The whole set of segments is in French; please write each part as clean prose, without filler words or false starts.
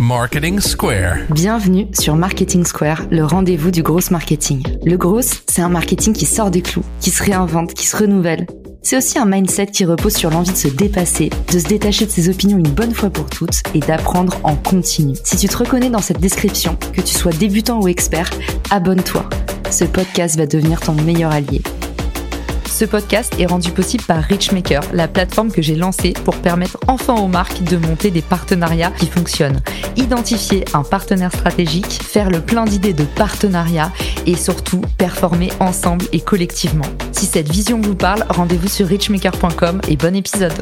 Marketing Square. Bienvenue sur Marketing Square, le rendez-vous du gros marketing. Le gros, c'est un marketing qui sort des clous, qui se réinvente, qui se renouvelle. C'est aussi un mindset qui repose sur l'envie de se dépasser, de se détacher de ses opinions une bonne fois pour toutes et d'apprendre en continu. Si tu te reconnais dans cette description, que tu sois débutant ou expert, abonne-toi. Ce podcast va devenir ton meilleur allié. Ce podcast est rendu possible par Richmaker, la plateforme que j'ai lancée pour permettre enfin aux marques de monter des partenariats qui fonctionnent. Identifier un partenaire stratégique, faire le plein d'idées de partenariat et surtout performer ensemble et collectivement. Si cette vision vous parle, rendez-vous sur richmaker.com et bon épisode.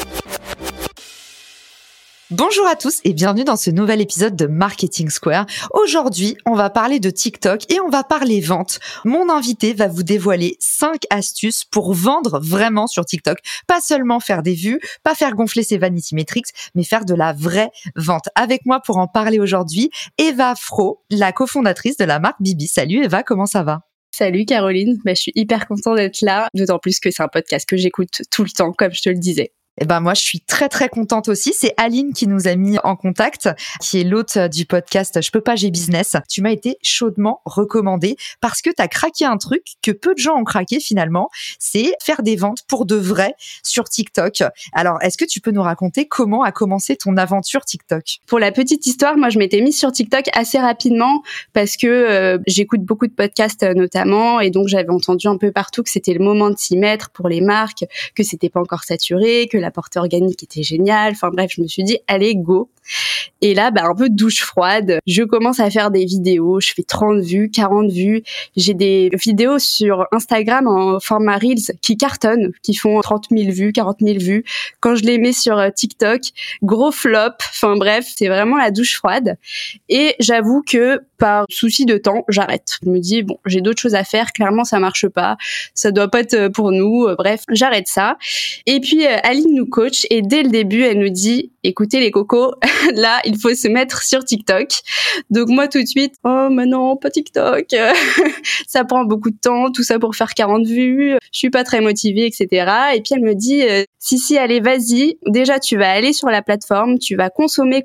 Bonjour à tous et bienvenue dans ce nouvel épisode de Marketing Square. Aujourd'hui, on va parler de TikTok et on va parler vente. Mon invité va vous dévoiler 5 astuces pour vendre vraiment sur TikTok. Pas seulement faire des vues, pas faire gonfler ses vanity metrics, mais faire de la vraie vente. Avec moi pour en parler aujourd'hui, Eva Fro, la cofondatrice de la marque Bibi. Salut Eva, comment ça va ? Salut Caroline, je suis hyper contente d'être là, d'autant plus que c'est un podcast que j'écoute tout le temps, comme je te le disais. Eh ben moi je suis très très contente aussi. C'est Aline qui nous a mis en contact, qui est l'hôte du podcast Je peux pas, j'ai business. Tu m'as été chaudement recommandée parce que tu as craqué un truc que peu de gens ont craqué finalement, c'est faire des ventes pour de vrai sur TikTok. Alors est-ce que tu peux nous raconter comment a commencé ton aventure TikTok ? Pour la petite histoire, moi je m'étais mise sur TikTok assez rapidement parce que j'écoute beaucoup de podcasts notamment et donc j'avais entendu un peu partout que c'était le moment de s'y mettre pour les marques, que c'était pas encore saturé, que la portée organique était géniale. Enfin bref, je me suis dit, allez, go. Et là, un peu douche froide. Je commence à faire des vidéos. Je fais 30 vues, 40 vues. J'ai des vidéos sur Instagram en format Reels qui cartonnent, qui font 30 000 vues, 40 000 vues. Quand je les mets sur TikTok, gros flop. Enfin bref, c'est vraiment la douche froide. Et j'avoue que par souci de temps, j'arrête. Je me dis, bon, j'ai d'autres choses à faire. Clairement, ça marche pas. Ça doit pas être pour nous. Bref, j'arrête ça. Et puis, Aline nous coach et dès le début, elle nous dit, écoutez les cocos, là, il faut se mettre sur TikTok. Donc moi, tout de suite, oh, mais non, pas TikTok. Ça prend beaucoup de temps, tout ça pour faire 40 vues. Je suis pas très motivée, etc. Et puis elle me dit, si, allez, vas-y. Déjà, tu vas aller sur la plateforme, tu vas consommer.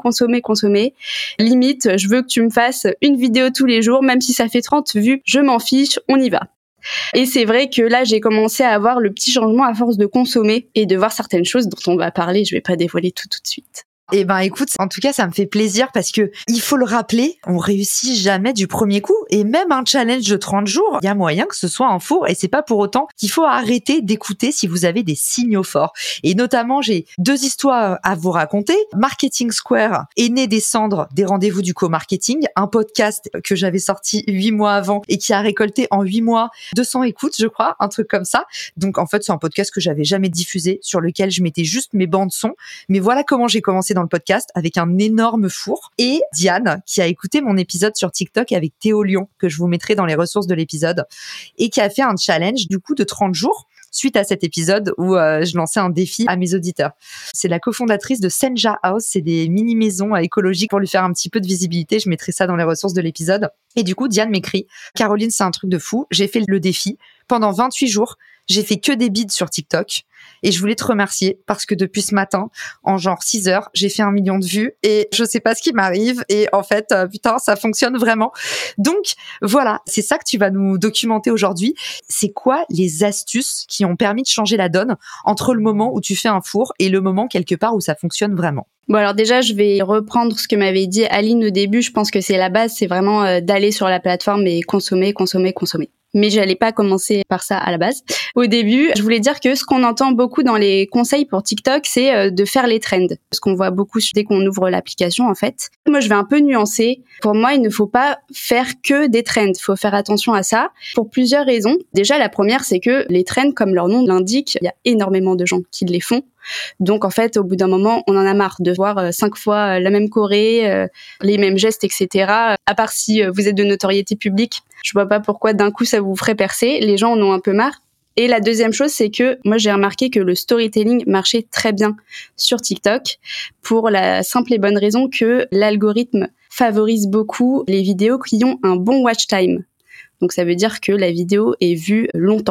Limite, je veux que tu me fasses une vidéo tous les jours, même si ça fait 30 vues, je m'en fiche, on y va. Et c'est vrai que là, j'ai commencé à avoir le petit changement à force de consommer et de voir certaines choses dont on va parler. Je vais pas dévoiler tout de suite. Eh ben écoute, en tout cas ça me fait plaisir parce que il faut le rappeler, on réussit jamais du premier coup et même un challenge de 30 jours, il y a moyen que ce soit un four et c'est pas pour autant qu'il faut arrêter d'écouter si vous avez des signaux forts. Et notamment j'ai 2 histoires à vous raconter. Marketing Square est né des cendres des rendez-vous du co-marketing, un podcast que j'avais sorti 8 mois avant et qui a récolté en 8 mois 200 écoutes je crois, un truc comme ça. Donc en fait c'est un podcast que j'avais jamais diffusé, sur lequel je mettais juste mes bandes son. Mais voilà comment j'ai commencé dans le podcast, avec un énorme four. Et Diane, qui a écouté mon épisode sur TikTok avec Théo Lyon, que je vous mettrai dans les ressources de l'épisode, et qui a fait un challenge du coup de 30 jours suite à cet épisode où je lançais un défi à mes auditeurs. C'est la cofondatrice de Senja House, c'est des mini-maisons écologiques pour lui faire un petit peu de visibilité. Je mettrai ça dans les ressources de l'épisode. Et du coup, Diane m'écrit « Caroline, c'est un truc de fou, j'ai fait le défi. Pendant 28 jours, j'ai fait que des bids sur TikTok et je voulais te remercier parce que depuis ce matin, en genre 6 heures, j'ai fait 1 million de vues et je sais pas ce qui m'arrive et en fait, putain, ça fonctionne vraiment. » Donc voilà, c'est ça que tu vas nous documenter aujourd'hui. C'est quoi les astuces qui ont permis de changer la donne entre le moment où tu fais un four et le moment quelque part où ça fonctionne vraiment ? Bon alors déjà, je vais reprendre ce que m'avait dit Aline au début. Je pense que c'est la base, c'est vraiment d'aller sur la plateforme et consommer. Mais j'allais pas commencer par ça à la base. Au début, je voulais dire que ce qu'on entend beaucoup dans les conseils pour TikTok, c'est de faire les trends. Ce qu'on voit beaucoup dès qu'on ouvre l'application, en fait. Moi, je vais un peu nuancer. Pour moi, il ne faut pas faire que des trends. Il faut faire attention à ça pour plusieurs raisons. Déjà, la première, c'est que les trends, comme leur nom l'indique, il y a énormément de gens qui les font. Donc, en fait, au bout d'un moment, on en a marre de voir 5 fois la même choré, les mêmes gestes, etc. À part si vous êtes de notoriété publique, je vois pas pourquoi d'un coup ça vous ferait percer. Les gens en ont un peu marre. Et la deuxième chose, c'est que moi, j'ai remarqué que le storytelling marchait très bien sur TikTok pour la simple et bonne raison que l'algorithme favorise beaucoup les vidéos qui ont un bon watch time. Donc, ça veut dire que la vidéo est vue longtemps.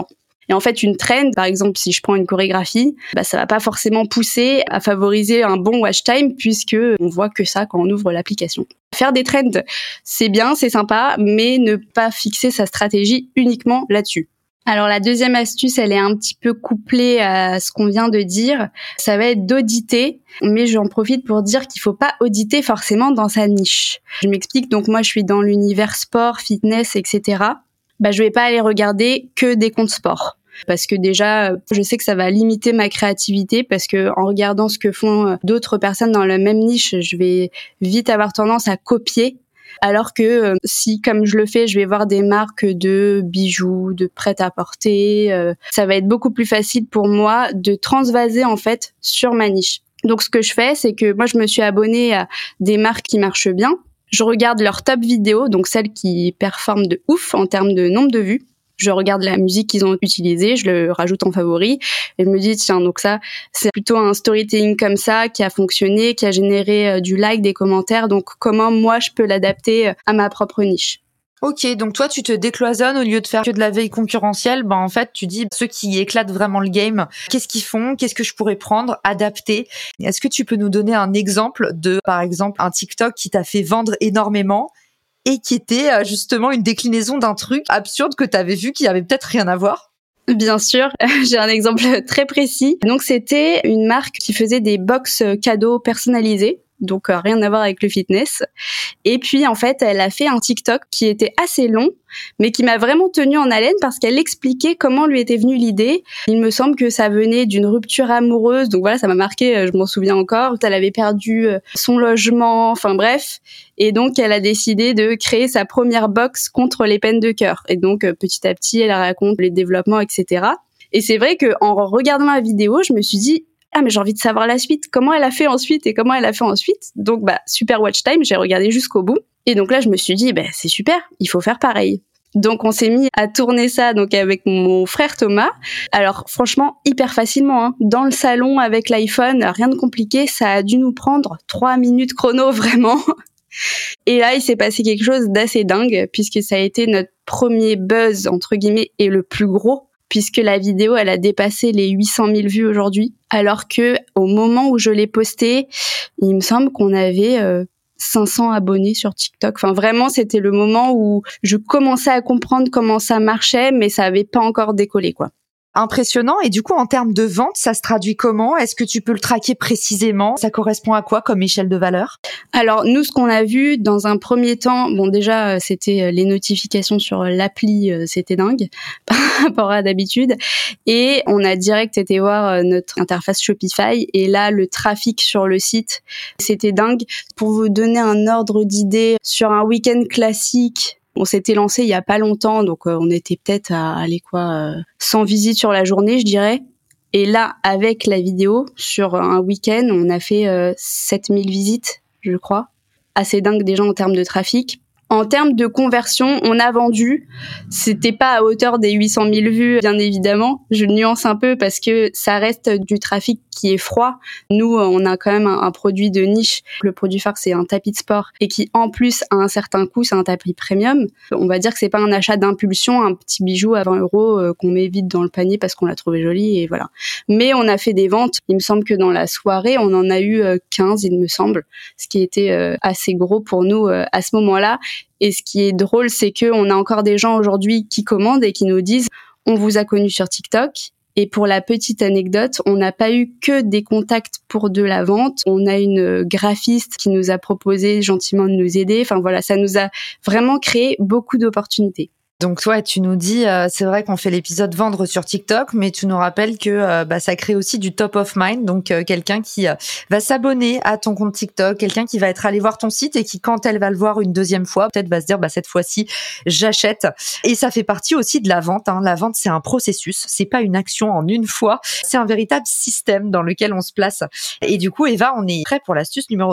Et en fait, une trend, par exemple, si je prends une chorégraphie, ça va pas forcément pousser à favoriser un bon watch time puisque on voit que ça quand on ouvre l'application. Faire des trends, c'est bien, c'est sympa, mais ne pas fixer sa stratégie uniquement là-dessus. Alors la deuxième astuce, elle est un petit peu couplée à ce qu'on vient de dire. Ça va être d'auditer, mais j'en profite pour dire qu'il faut pas auditer forcément dans sa niche. Je m'explique, donc moi je suis dans l'univers sport, fitness, etc. Je vais pas aller regarder que des comptes sport. Parce que déjà, je sais que ça va limiter ma créativité parce que en regardant ce que font d'autres personnes dans la même niche, je vais vite avoir tendance à copier. Alors que si, comme je le fais, je vais voir des marques de bijoux, de prêt-à-porter, ça va être beaucoup plus facile pour moi de transvaser en fait sur ma niche. Donc ce que je fais, c'est que moi je me suis abonnée à des marques qui marchent bien. Je regarde leurs top vidéos, donc celles qui performent de ouf en termes de nombre de vues. Je regarde la musique qu'ils ont utilisée, je le rajoute en favori et je me dis tiens, donc ça c'est plutôt un storytelling comme ça qui a fonctionné, qui a généré du like, des commentaires, donc comment moi je peux l'adapter à ma propre niche. Ok, donc toi tu te décloisonnes au lieu de faire que de la veille concurrentielle, en fait tu dis ceux qui éclatent vraiment le game, qu'est-ce qu'ils font, qu'est-ce que je pourrais prendre, adapter. Est-ce que tu peux nous donner un exemple de, par exemple, un TikTok qui t'a fait vendre énormément et qui était justement une déclinaison d'un truc absurde que t'avais vu qui avait peut-être rien à voir? Bien sûr, j'ai un exemple très précis. Donc c'était une marque qui faisait des box cadeaux personnalisés. Donc rien à voir avec le fitness. Et puis en fait, elle a fait un TikTok qui était assez long, mais qui m'a vraiment tenue en haleine parce qu'elle expliquait comment lui était venue l'idée. Il me semble que ça venait d'une rupture amoureuse, donc voilà, ça m'a marqué, je m'en souviens encore. Elle avait perdu son logement, enfin bref. Et donc elle a décidé de créer sa première box contre les peines de cœur. Et donc petit à petit, elle raconte les développements, etc. Et c'est vrai que en regardant la vidéo, je me suis dit mais j'ai envie de savoir la suite. Comment elle a fait ensuite et comment elle a fait ensuite. Donc, super watch time. J'ai regardé jusqu'au bout. Et donc là, je me suis dit, c'est super. Il faut faire pareil. Donc, on s'est mis à tourner ça, donc, avec mon frère Thomas. Alors, franchement, hyper facilement, hein. Dans le salon, avec l'iPhone, rien de compliqué. Ça a dû nous prendre 3 minutes chrono, vraiment. Et là, il s'est passé quelque chose d'assez dingue, puisque ça a été notre premier buzz, entre guillemets, et le plus gros, puisque la vidéo, elle a dépassé les 800 000 vues aujourd'hui, alors que au moment où je l'ai postée, il me semble qu'on avait 500 abonnés sur TikTok. Enfin, vraiment, c'était le moment où je commençais à comprendre comment ça marchait, mais ça avait pas encore décollé, quoi. Impressionnant. Et du coup, en termes de vente, ça se traduit comment? Est-ce que tu peux le traquer précisément? Ça correspond à quoi comme échelle de valeur? Alors, nous, ce qu'on a vu dans un premier temps, déjà, c'était les notifications sur l'appli, c'était dingue par rapport à d'habitude. Et on a direct été voir notre interface Shopify. Et là, le trafic sur le site, c'était dingue. Pour vous donner un ordre d'idée, sur un week-end classique, on s'était lancé il y a pas longtemps, donc on était peut-être à 100 visites sur la journée, je dirais. Et là, avec la vidéo, sur un week-end, on a fait 7000 visites, je crois. Assez dingue déjà en termes de trafic. En termes de conversion, on a vendu. C'était pas à hauteur des 800 000 vues, bien évidemment. Je nuance un peu parce que ça reste du trafic qui est froid. Nous, on a quand même un produit de niche. Le produit phare, c'est un tapis de sport et qui, en plus, a un certain coût, c'est un tapis premium. On va dire que c'est pas un achat d'impulsion, un petit bijou à 20 € qu'on met vite dans le panier parce qu'on l'a trouvé joli et voilà. Mais on a fait des ventes. Il me semble que dans la soirée, on en a eu 15, il me semble, ce qui était assez gros pour nous à ce moment-là. Et ce qui est drôle, c'est qu'on a encore des gens aujourd'hui qui commandent et qui nous disent « On vous a connu sur TikTok ». Et pour la petite anecdote, on n'a pas eu que des contacts pour de la vente. On a une graphiste qui nous a proposé gentiment de nous aider. Enfin voilà, ça nous a vraiment créé beaucoup d'opportunités. Donc toi, tu nous dis, c'est vrai qu'on fait l'épisode vendre sur TikTok, mais tu nous rappelles que ça crée aussi du top of mind, donc quelqu'un qui va s'abonner à ton compte TikTok, quelqu'un qui va être allé voir ton site et qui, quand elle va le voir une deuxième fois, peut-être va se dire, cette fois-ci, j'achète. Et ça fait partie aussi de la vente. Hein. La vente, c'est un processus, c'est pas une action en une fois, c'est un véritable système dans lequel on se place. Et du coup, Eva, on est prêt pour l'astuce numéro 3.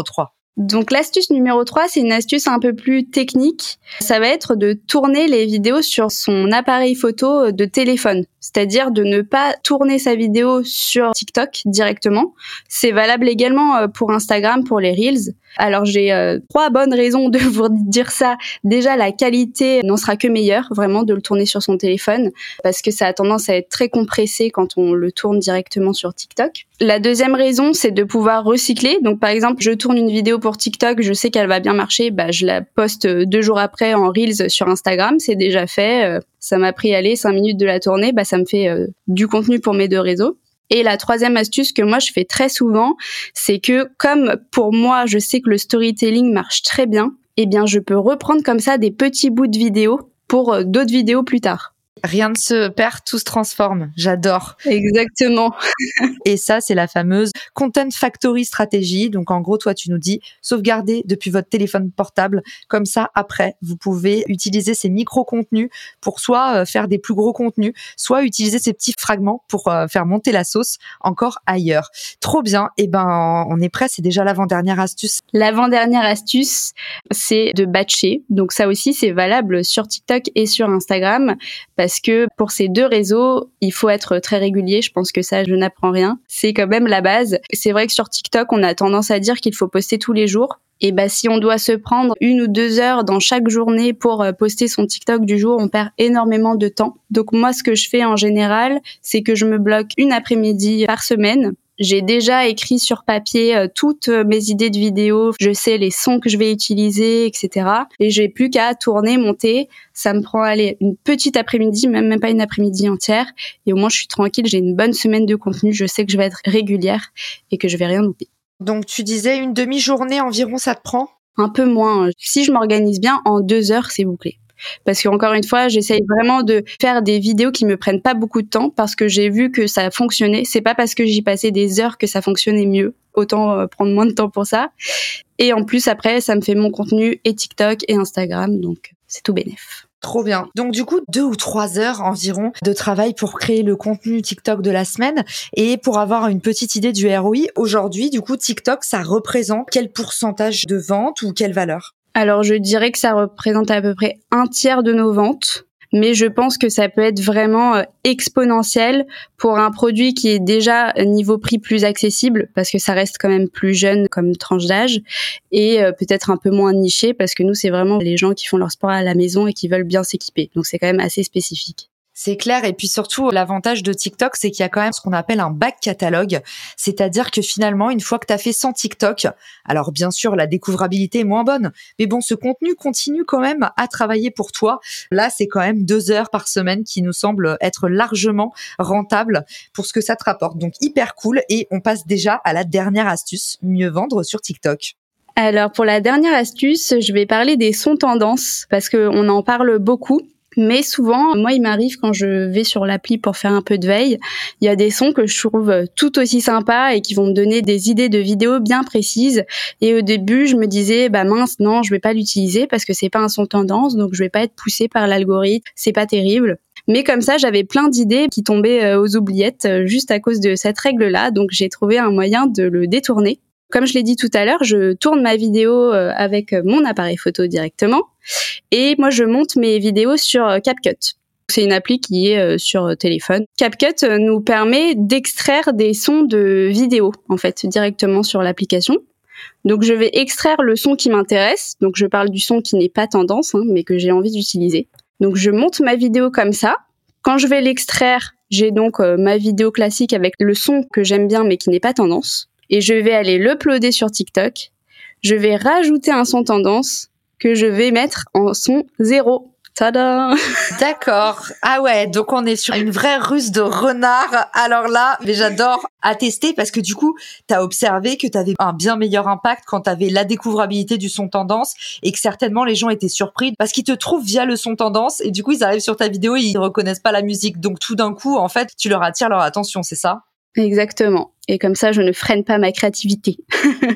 Donc l'astuce numéro 3, c'est une astuce un peu plus technique. Ça va être de tourner les vidéos sur son appareil photo de téléphone. C'est-à-dire de ne pas tourner sa vidéo sur TikTok directement. C'est valable également pour Instagram, pour les Reels. Alors j'ai 3 bonnes raisons de vous dire ça. Déjà, la qualité n'en sera que meilleure, vraiment, de le tourner sur son téléphone, parce que ça a tendance à être très compressé quand on le tourne directement sur TikTok. La deuxième raison, c'est de pouvoir recycler. Donc par exemple, je tourne une vidéo pour TikTok, je sais qu'elle va bien marcher, je la poste 2 jours après en Reels sur Instagram, c'est déjà fait. Ça m'a pris 5 minutes de la tourner, ça me fait du contenu pour mes 2 réseaux. Et la troisième astuce que moi je fais très souvent, c'est que comme pour moi je sais que le storytelling marche très bien, je peux reprendre comme ça des petits bouts de vidéos pour d'autres vidéos plus tard. Rien ne se perd, tout se transforme. J'adore. Exactement. Et ça, c'est la fameuse Content Factory stratégie. Donc, en gros, toi, tu nous dis sauvegarder depuis votre téléphone portable. Comme ça, après, vous pouvez utiliser ces micro-contenus pour soit faire des plus gros contenus, soit utiliser ces petits fragments pour faire monter la sauce encore ailleurs. Trop bien. On est prêt. C'est déjà l'avant-dernière astuce. L'avant-dernière astuce, c'est de batcher. Donc, ça aussi, c'est valable sur TikTok et sur Instagram. Parce que pour ces 2 réseaux, il faut être très régulier. Je pense que ça, je n'apprends rien. C'est quand même la base. C'est vrai que sur TikTok, on a tendance à dire qu'il faut poster tous les jours. Et si on doit se prendre 1 ou 2 heures dans chaque journée pour poster son TikTok du jour, on perd énormément de temps. Donc moi, ce que je fais en général, c'est que je me bloque une après-midi par semaine. J'ai déjà écrit sur papier toutes mes idées de vidéos, je sais les sons que je vais utiliser, etc. Et j'ai plus qu'à tourner, monter. Ça me prend une petite après-midi, même pas une après-midi entière. Et au moins, je suis tranquille, j'ai une bonne semaine de contenu. Je sais que je vais être régulière et que je vais rien louper. Donc, tu disais une demi-journée environ, ça te prend ? Un peu moins. Si je m'organise bien, en 2 heures, c'est bouclé. Parce qu'encore une fois, j'essaye vraiment de faire des vidéos qui me prennent pas beaucoup de temps parce que j'ai vu que ça fonctionnait. C'est pas parce que j'y passais des heures que ça fonctionnait mieux. Autant prendre moins de temps pour ça. Et en plus, après, ça me fait mon contenu et TikTok et Instagram. Donc, c'est tout bénef. Trop bien. Donc du coup, 2 ou 3 heures environ de travail pour créer le contenu TikTok de la semaine et pour avoir une petite idée du ROI. Aujourd'hui, du coup, TikTok, ça représente quel pourcentage de vente ou quelle valeur ? Alors, je dirais que ça représente à peu près 1/3 de nos ventes. Mais je pense que ça peut être vraiment exponentiel pour un produit qui est déjà niveau prix plus accessible parce que ça reste quand même plus jeune comme tranche d'âge et peut-être un peu moins niché parce que nous, c'est vraiment les gens qui font leur sport à la maison et qui veulent bien s'équiper. Donc, c'est quand même assez spécifique. C'est clair. Et puis surtout, l'avantage de TikTok, c'est qu'il y a quand même ce qu'on appelle un back catalogue. C'est-à-dire que finalement, une fois que tu as fait 100 TikTok, alors bien sûr, la découvrabilité est moins bonne. Mais bon, ce contenu continue quand même à travailler pour toi. Là, c'est quand même 2 heures par semaine qui nous semble être largement rentable pour ce que ça te rapporte. Donc, hyper cool. Et on passe déjà à la dernière astuce, mieux vendre sur TikTok. Alors, pour la dernière astuce, je vais parler des sons tendances parce qu'on en parle beaucoup. Mais souvent, moi, il m'arrive quand je vais sur l'appli pour faire un peu de veille, il y a des sons que je trouve tout aussi sympas et qui vont me donner des idées de vidéos bien précises. Et au début, je me disais, mince, non, je vais pas l'utiliser parce que c'est pas un son tendance, donc je vais pas être poussée par l'algorithme, c'est pas terrible. Mais comme ça, j'avais plein d'idées qui tombaient aux oubliettes juste à cause de cette règle-là, donc j'ai trouvé un moyen de le détourner. Comme je l'ai dit tout à l'heure, je tourne ma vidéo avec mon appareil photo directement et moi je monte mes vidéos sur CapCut. C'est une appli qui est sur téléphone. CapCut nous permet d'extraire des sons de vidéo en fait directement sur l'application. Donc je vais extraire le son qui m'intéresse. Donc je parle du son qui n'est pas tendance mais que j'ai envie d'utiliser. Donc je monte ma vidéo comme ça. Quand je vais l'extraire, j'ai donc ma vidéo classique avec le son que j'aime bien mais qui n'est pas tendance. Et je vais aller l'uploader sur TikTok. Je vais rajouter un son tendance que je vais mettre en son 0. Tada! D'accord. Ah ouais, donc on est sur une vraie ruse de renard. Alors là, mais j'adore à tester parce que du coup, t'as observé que t'avais un bien meilleur impact quand t'avais la découvrabilité du son tendance et que certainement les gens étaient surpris parce qu'ils te trouvent via le son tendance et du coup, ils arrivent sur ta vidéo et ils reconnaissent pas la musique. Donc tout d'un coup, en fait, tu leur attires leur attention, c'est ça? Exactement. Et comme ça, je ne freine pas ma créativité.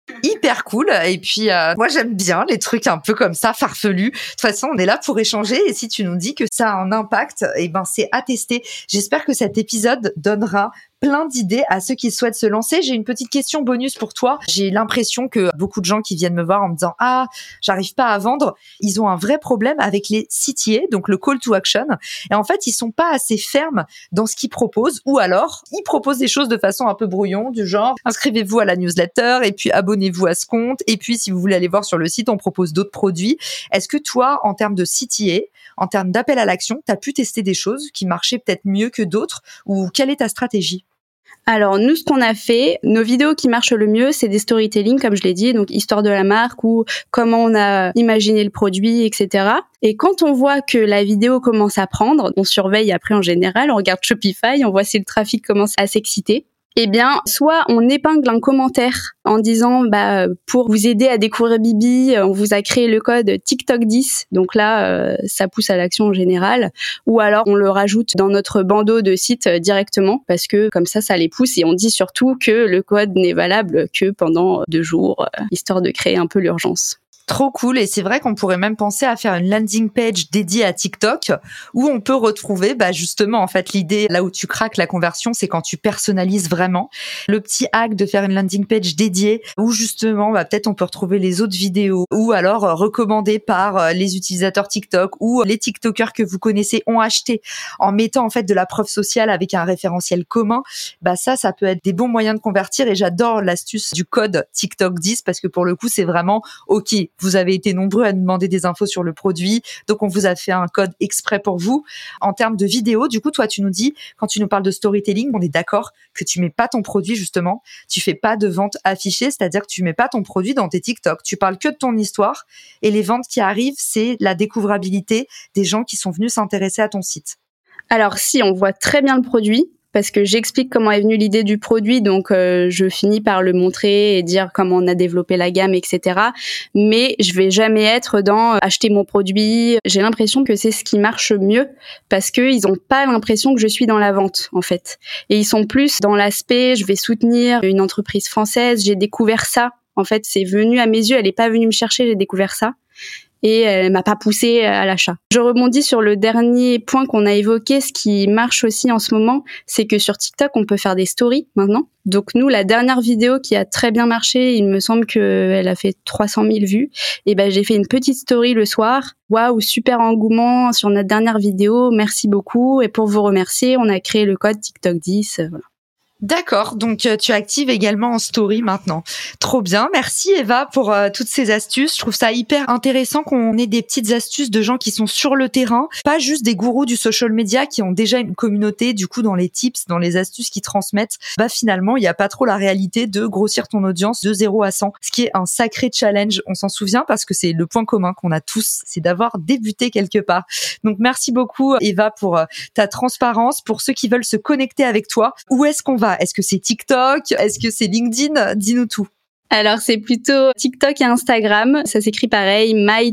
Hyper cool. Et puis, moi, j'aime bien les trucs un peu comme ça, farfelus. De toute façon, on est là pour échanger. Et si tu nous dis que ça a un impact, c'est à tester. J'espère que cet épisode donnera plein d'idées à ceux qui souhaitent se lancer. J'ai une petite question bonus pour toi. J'ai l'impression que beaucoup de gens qui viennent me voir en me disant « Ah, j'arrive pas à vendre », ils ont un vrai problème avec les CTA, donc le call to action. Et en fait, ils sont pas assez fermes dans ce qu'ils proposent, ou alors, ils proposent des choses de façon un peu brouillon, du genre « Inscrivez-vous à la newsletter, et puis abonnez-vous à ce compte, et puis si vous voulez aller voir sur le site, on propose d'autres produits. » Est-ce que toi, en termes de CTA, en termes d'appel à l'action, tu as pu tester des choses qui marchaient peut-être mieux que d'autres, ou quelle est ta stratégie ? Alors nous, ce qu'on a fait, nos vidéos qui marchent le mieux, c'est des storytelling, comme je l'ai dit, donc histoire de la marque ou comment on a imaginé le produit, etc. Et quand on voit que la vidéo commence à prendre, on surveille après en général, on regarde Shopify, on voit si le trafic commence à s'exciter. Eh bien, soit on épingle un commentaire en disant pour vous aider à découvrir Bibi, on vous a créé le code TikTok 10. Donc là, ça pousse à l'action en général. Ou alors on le rajoute dans notre bandeau de site directement parce que comme ça les pousse. Et on dit surtout que le code n'est valable que pendant 2 jours, histoire de créer un peu l'urgence. Trop cool. Et c'est vrai qu'on pourrait même penser à faire une landing page dédiée à TikTok où on peut retrouver justement en fait l'idée là où tu craques la conversion, c'est quand tu personnalises vraiment. Le petit hack de faire une landing page dédiée où justement peut-être on peut retrouver les autres vidéos ou alors recommandées par les utilisateurs TikTok ou les TikTokers que vous connaissez ont acheté en mettant en fait de la preuve sociale avec un référentiel commun. Ça peut être des bons moyens de convertir et j'adore l'astuce du code TikTok 10 parce que pour le coup c'est vraiment OK. Vous avez été nombreux à nous demander des infos sur le produit, donc on vous a fait un code exprès pour vous. En termes de vidéo, du coup, toi, tu nous dis, quand tu nous parles de storytelling, on est d'accord que tu mets pas ton produit, justement, tu fais pas de vente affichée, c'est-à-dire que tu mets pas ton produit dans tes TikTok, tu parles que de ton histoire, et les ventes qui arrivent, c'est la découvrabilité des gens qui sont venus s'intéresser à ton site. Alors, si on voit très bien le produit, parce que j'explique comment est venue l'idée du produit, donc je finis par le montrer et dire comment on a développé la gamme, etc. Mais je vais jamais être dans acheter mon produit. J'ai l'impression que c'est ce qui marche mieux parce que ils ont pas l'impression que je suis dans la vente en fait. Et ils sont plus dans l'aspect je vais soutenir une entreprise française. J'ai découvert ça. En fait, c'est venu à mes yeux. Elle est pas venue me chercher. J'ai découvert ça. Et elle m'a pas poussé à l'achat. Je rebondis sur le dernier point qu'on a évoqué. Ce qui marche aussi en ce moment, c'est que sur TikTok, on peut faire des stories maintenant. Donc nous, la dernière vidéo qui a très bien marché, il me semble qu'elle a fait 300 000 vues. Et j'ai fait une petite story le soir. Waouh, super engouement sur notre dernière vidéo. Merci beaucoup. Et pour vous remercier, on a créé le code TikTok 10. Voilà. D'accord, donc tu actives également en story maintenant. Trop bien, merci Eva pour toutes ces astuces. Je trouve ça hyper intéressant qu'on ait des petites astuces de gens qui sont sur le terrain, pas juste des gourous du social media qui ont déjà une communauté. Du coup, dans les tips, dans les astuces qu'ils transmettent, finalement, il n'y a pas trop la réalité de grossir ton audience de 0 à 100, ce qui est un sacré challenge. On s'en souvient parce que c'est le point commun qu'on a tous, c'est d'avoir débuté quelque part. Donc merci beaucoup Eva pour ta transparence. Pour ceux qui veulent se connecter avec toi, où est-ce qu'on va ? Est-ce que c'est TikTok ? Est-ce que c'est LinkedIn ? Dis-nous tout. Alors, c'est plutôt TikTok et Instagram. Ça s'écrit pareil,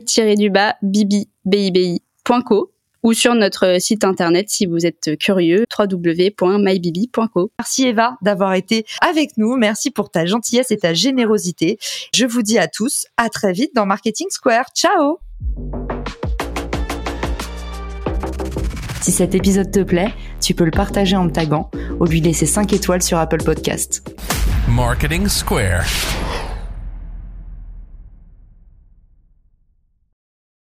my-bibi.co ou sur notre site internet si vous êtes curieux, www.mybibi.co. Merci Eva d'avoir été avec nous. Merci pour ta gentillesse et ta générosité. Je vous dis à tous, à très vite dans Marketing Square. Ciao! Si cet épisode te plaît, tu peux le partager en me taguant ou lui laisser 5 étoiles sur Apple Podcast. Marketing Square.